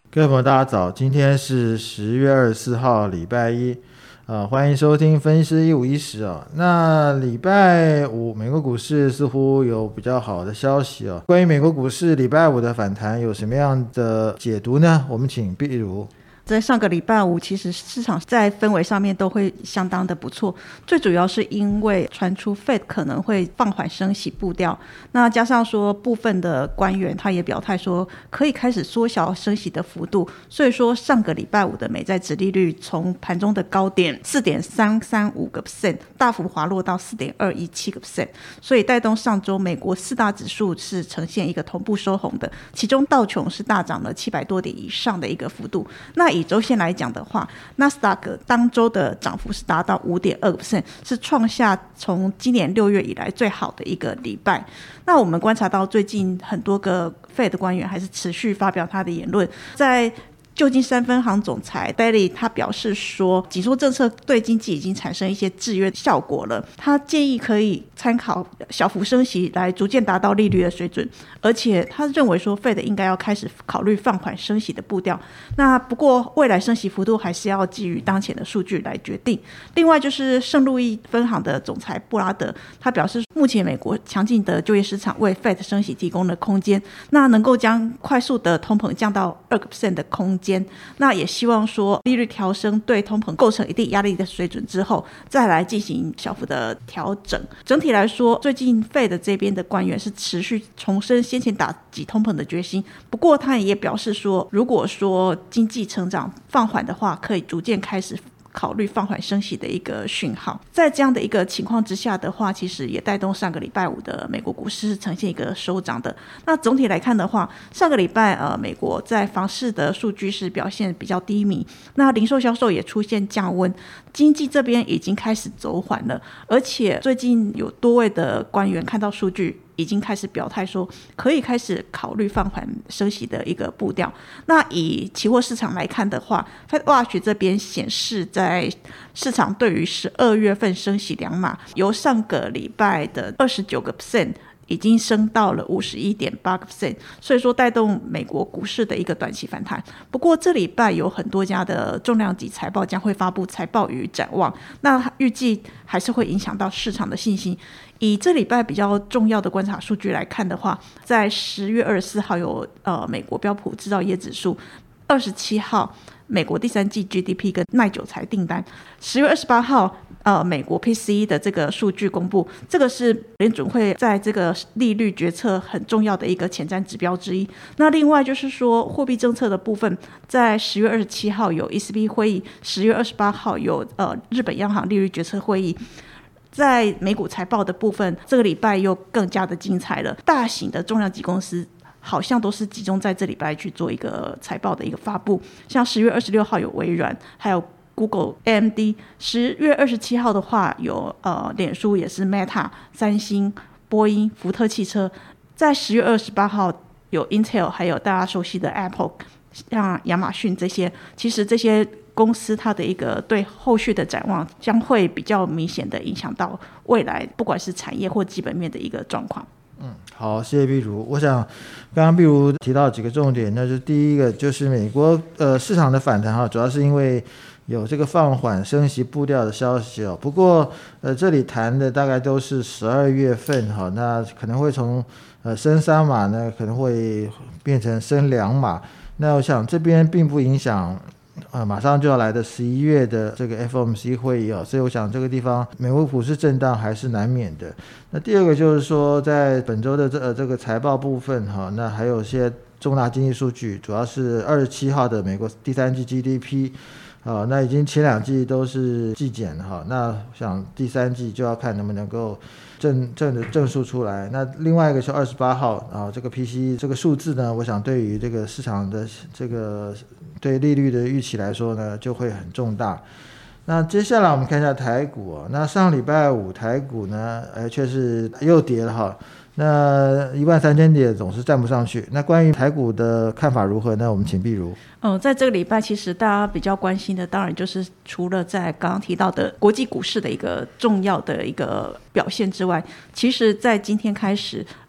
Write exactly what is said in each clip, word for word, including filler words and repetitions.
各位朋友大家早，今天是十月二十四号礼拜一，呃，欢迎收听分析师一五一十哦。那礼拜五美国股市似乎有比较好的消息哦。关于美国股市礼拜五的反弹有什么样的解读呢？我们请碧如。 在上个礼拜五，其实市场在氛围上面都会相当的不错，最主要是因为传出 Fed 可能会放缓升息步调，那加上说部分的官员他也表态说可以开始缩小升息的幅度，所以说上个礼拜五的美债殖利率从盘中的高点 四点三三五个 percent 大幅滑落到 四点二一七个 percent， 所以带动上周美国四大指数是呈现一个同步收红的，其中道琼是大涨了七百多点以上的一个幅度。那以周线来讲的话，纳斯达克当周的涨幅是达到 百分之五点二， 是创下从今年六月以来最好的一个礼拜。那我们观察到最近很多个 Fed 官员还是持续发表他的言论，在旧金山分行总裁 Daly 他表示说，紧缩政策对经济已经产生一些制约效果了，他建议可以参考小幅升息来逐渐达到利率的水准，而且他认为说 Fed 应该要开始考虑放缓升息的步调。那不过未来升息幅度还是要基于当前的数据来决定。另外就是圣路易分行的总裁布拉德，他表示目前美国强劲的就业市场为 Fed 升息提供了空间，那能够将快速的通膨降到 百分之二 的空间，那也希望说利率调升对通膨构成一定压力的水准之后再来进行小幅的调整。整体来说，最近 Fed 这边的官员是持续重申先前打击通膨的决心，不过他也表示说，如果说经济成长放缓的话，可以逐渐开始考虑放缓升息的一个讯号。在这样的一个情况之下的话，其实也带动上个礼拜五的美国股市是呈现一个收涨的。那总体来看的话，上个礼拜呃，美国在房市的数据是表现比较低迷，那零售销售也出现降温，经济这边已经开始走缓了，而且最近有多位的官员看到数据已经开始表态说可以开始考虑放缓升息的一个步调。那以期货市场来看的话， FedWatch 这边显示在市场对于十二月份升息两码由上个礼拜的 百分之二十九 已经升到了 百分之五十一点八， 所以说带动美国股市的一个短期反弹。不过这礼拜有很多家的重量级财报将会发布财报与展望，那预计还是会影响到市场的信心。以这礼拜比较重要的观察数据来看的话，在十月二十四号有呃美国标普制造业指数，二十七号美国第三季 G D P 跟耐久材订单，十月二十八号呃美国 P C E 的这个数据公布，这个是联准会在这个利率决策很重要的一个前瞻指标之一。那另外就是说货币政策的部分，在十月二十七号有 E C B 会议，十月二十八号有呃日本央行利率决策会议。在美股财报的部分，这个礼拜又更加的精彩了，大型的重量级公司好像都是集中在这礼拜去做一个财报的一个发布，像十月二十六号有微软，还有 Google、A M D， 十月二十七号的话有呃脸书也是 Meta、三星、波音、福特汽车，在十月二十八号有 Intel， 还有大家熟悉的 Apple， 像亚马逊这些，其实这些公司它的一个对后续的展望将会比较明显的影响到未来不管是产业或基本面的一个状况。 嗯，好，谢谢碧如。我想刚刚碧如提到几个重点，那就是第一个就是美国呃市场的反弹哈，主要是因为有这个放缓升息步调的消息哦。不过呃这里谈的大概都是十二月份哈，那可能会从呃升三码呢，可能会变成升两码。那我想这边并不影响呃，马上就要来的十一月的这个 F O M C 会议啊，所以我想这个地方美国股市震荡还是难免的。那第二个就是说，在本周的这、呃、这个财报部分哈，那还有一些重大经济数据，主要是二十七号的美国第三季 G D P。啊，那已经前两季都是季减哈，那想第三季就要看能不能够正正的正数出来。那另外一个是二十八号啊，这个 P C E 这个数字呢，我想对于这个市场的这个对利率的预期来说呢，就会很重大。那接下来我们看一下台股哦，那上礼拜五台股呢，哎，确实又跌了哈。那一万三千点总是站不上去。那关于台股的看法如何呢？我们请碧如。 嗯，在这个礼拜，其实大家比较关心的，当然就是除了在刚刚提到的国际股市的一个重要的一个表现之外，其实在今天开始，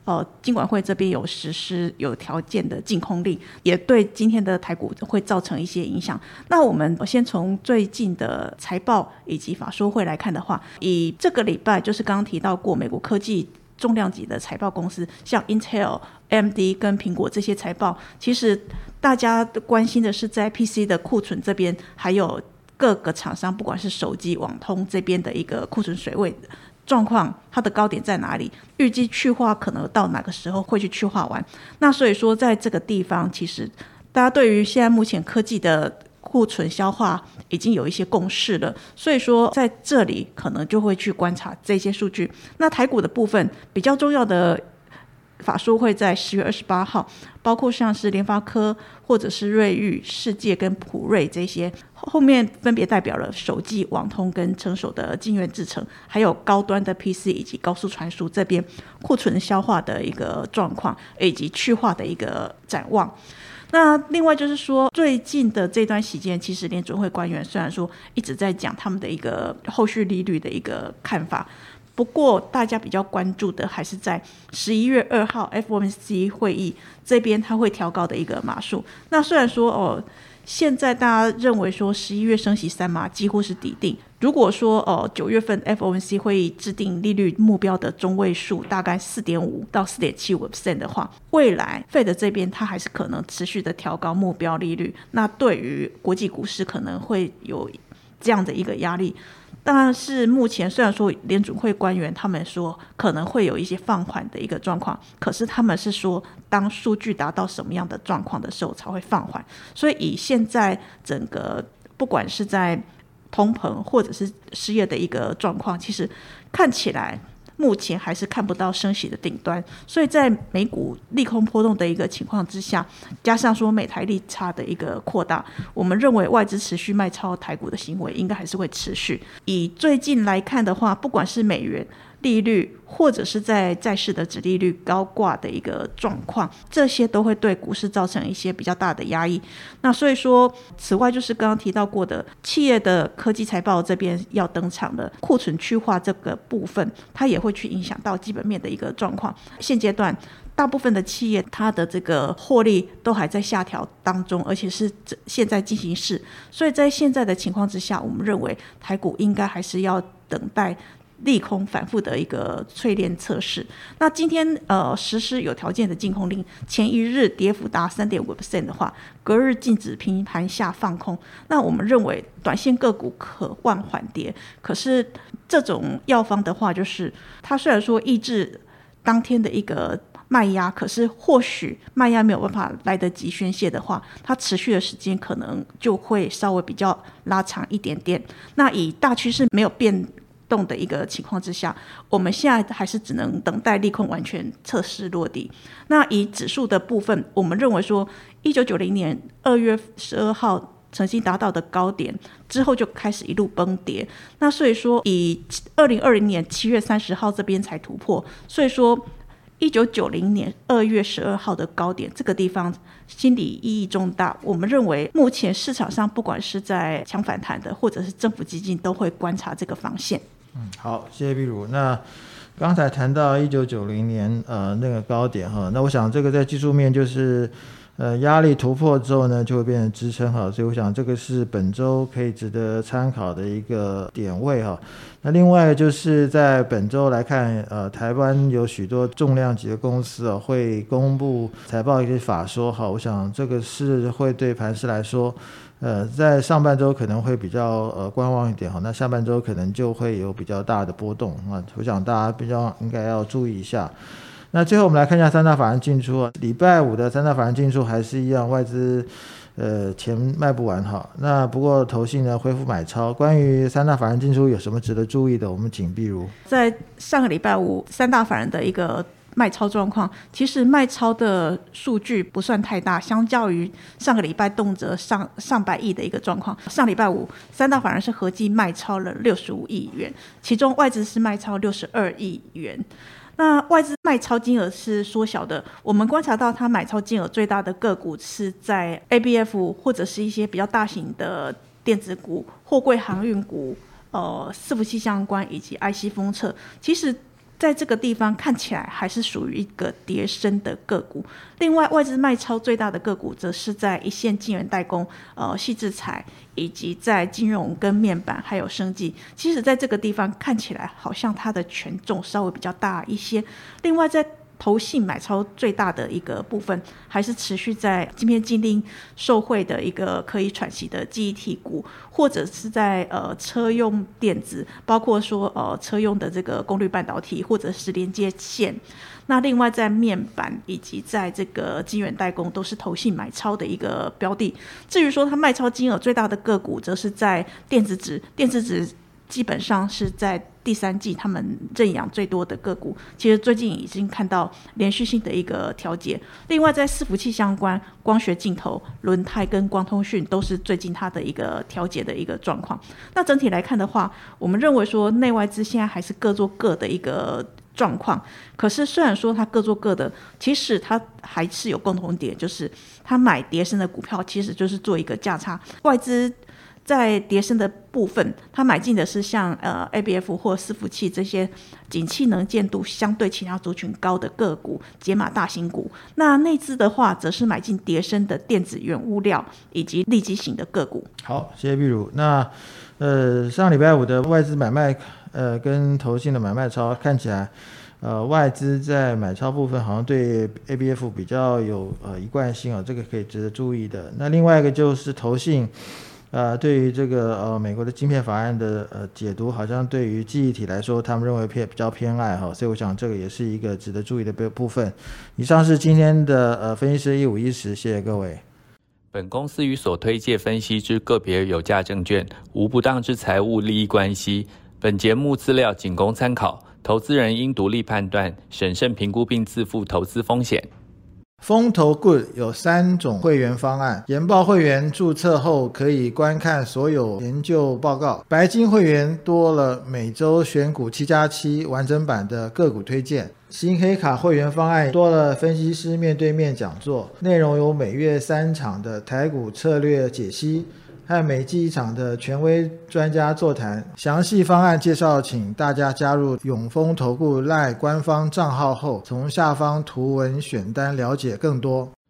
呃，金管会这边有实施有条件的禁空令，也对今天的台股会造成一些影响。那我们先从最近的财报以及法说会来看的话，以这个礼拜就是刚刚提到过美国科技重量级的财报公司，像 Intel、A M D 跟苹果这些财报，其实大家关心的是在 P C 的库存这边，还有各个厂商不管是手机、网通这边的一个库存水位状况，它的高点在哪里，预计去化可能到哪个时候会去去化完。那所以说在这个地方，其实大家对于现在目前科技的库存消化已经有一些共识了，所以说在这里可能就会去观察这些数据。那台股的部分比较重要的法说会在十月二十八号，包括像是联发科或者是瑞昱、世界跟普瑞这些，后面分别代表了手机、网通跟成熟的晶圆制程，还有高端的 P C 以及高速传输这边库存消化的一个状况，以及去化的一个展望。那另外就是说，最近的这段时间，其实联准会官员虽然说一直在讲他们的一个后续利率的一个看法，不过大家比较关注的还是在十一月二号 F O M C 会议这边，它会调高的一个码数。那虽然说哦，现在大家认为说十一月升息三码几乎是底定。如果说哦九月份 F O M C 会议制定利率目标的中位数大概 四点五 到 四点七五 百分点 的话，未来 Fed 这边它还是可能持续的调高目标利率，那对于国际股市可能会有这样的一个压力。当然是目前虽然说联准会官员他们说可能会有一些放缓的一个状况，可是他们是说当数据达到什么样的状况的时候才会放缓。所以以现在整个不管是在通膨或者是失业的一个状况，其实看起来目前还是看不到升息的顶端。所以在美股利空波动的一个情况之下，加上说美台利差的一个扩大，我们认为外资持续卖超台股的行为应该还是会持续。以最近来看的话，不管是美元利率或者是在债市的殖利率高挂的一个状况，这些都会对股市造成一些比较大的压抑。那所以说，此外就是刚刚提到过的企业的科技财报这边要登场的库存去化这个部分，它也会去影响到基本面的一个状况。现阶段大部分的企业它的这个获利都还在下调当中，而且是现在进行式，所以在现在的情况之下，我们认为台股应该还是要等待利空反复的一个淬炼测试。那今天呃实施有条件的禁空令，前一日跌幅达 百分之三点五 的话，隔日禁止平盘下放空。那我们认为短线个股可望缓跌，可是这种药方的话，就是它虽然说抑制当天的一个卖压，可是或许卖压没有办法来得及宣泄的话，它持续的时间可能就会稍微比较拉长一点点。那以大趋势没有变动的一个情况之下，我们现在还是只能等待利空完全测试落地。那以指数的部分，我们认为说一九九零年二月十二号曾经达到的高点之后就开始一路崩跌，那所以说以二零二零年七月三十号这边才突破，所以说一九九零年二月十二号的高点这个地方心理意义重大。我们认为目前市场上不管是在强反弹的或者是政府基金都会观察这个防线。 嗯，好，谢谢碧如。那刚才谈到一九九零年呃那个高点哈，那我想这个在技术面就是呃压力突破之后呢，就会变成支撑哈，所以我想这个是本周可以值得参考的一个点位哈。那另外就是在本周来看，呃，台湾有许多重量级的公司啊会公布财报一些法说哈，我想这个是会对盘势来说。呃，在上半周可能会比较呃观望一点哈，那下半周可能就会有比较大的波动啊，我想大家比较应该要注意一下。那最后我们来看一下三大法人进出啊，礼拜五的三大法人进出还是一样，外资呃钱卖不完哈，那不过投信呢恢复买超。关于三大法人进出有什么值得注意的，我们请碧如。 在上个礼拜五三大法人的一个卖超状况，其实卖超的数据不算太大，相较于上个礼拜动辄上上百亿的一个状况，上礼拜五三大法人是合计卖超了六十五亿元，其中外资是卖超六十二亿元。那外资卖超金额是缩小的，我们观察到它买超金额最大的个股是在 A B F 或者是一些比较大型的电子股、货柜航运股、呃伺服器相关以及 I C 封测。其实在这个地方看起来还是属于一个跌升的个股。另外，外资卖超最大的个股则是在一线晶圆代工、呃矽智财，以及在金融跟面板还有生技。其实在这个地方看起来好像它的权重稍微比较大一些。另外，在投信买超最大的一个部分，还是持续在晶片禁令受惠的一个可以喘息的记忆体股，或者是在呃车用电子，包括说呃车用的这个功率半导体或者是连接线。那另外在面板以及在这个晶圆代工都是投信买超的一个标的。至于说它卖超金额最大的个股，则是在电子纸，电子纸基本上是在第三季他们认养最多的个股，其实最近已经看到连续性的一个调节。另外在伺服器相关，光学镜头、轮胎跟光通讯都是最近它的一个调节的一个状况。那整体来看的话，我们认为说内外资现在还是各做各的一个状况。可是虽然说它各做各的，其实它还是有共同点，就是它买跌升的股票其实就是做一个价差。外资在跌升的部分，他买进的是像呃 A B F 或伺服器这些景气能见度相对其他族群高的个股，解码大型股。那内资的话，则是买进跌升的电子原物料以及利基型的个股。 好，谢谢碧如。那呃上礼拜五的外资买卖呃跟投信的买卖超看起来。呃，外资在买超部分好像对 A B F 比较有呃一贯性哦，这个可以值得注意的。那另外一个就是投信。呃，对于这个呃美国的晶片法案的呃解读，好像对于记忆体来说，他们认为偏比较偏爱哈，所以我想这个也是一个值得注意的部分。以上是今天的呃分析师一五一十，谢谢各位。 本公司与所推介分析之个别有价证券无不当之财务利益关系。本节目资料仅供参考，投资人应独立判断、审慎评估并自负投资风险。 风投 Good 有三种会员方案，研报会员注册后可以观看所有研究报告，白金会员多了每周选股七加七完整版的个股推荐，新黑卡会员方案多了分析师面对面讲座，内容有每月三场的台股策略解析和每季一场的权威专家座谈。详细方案介绍请大家加入永丰投顾 LINE 官方账号后，从下方图文选单了解更多。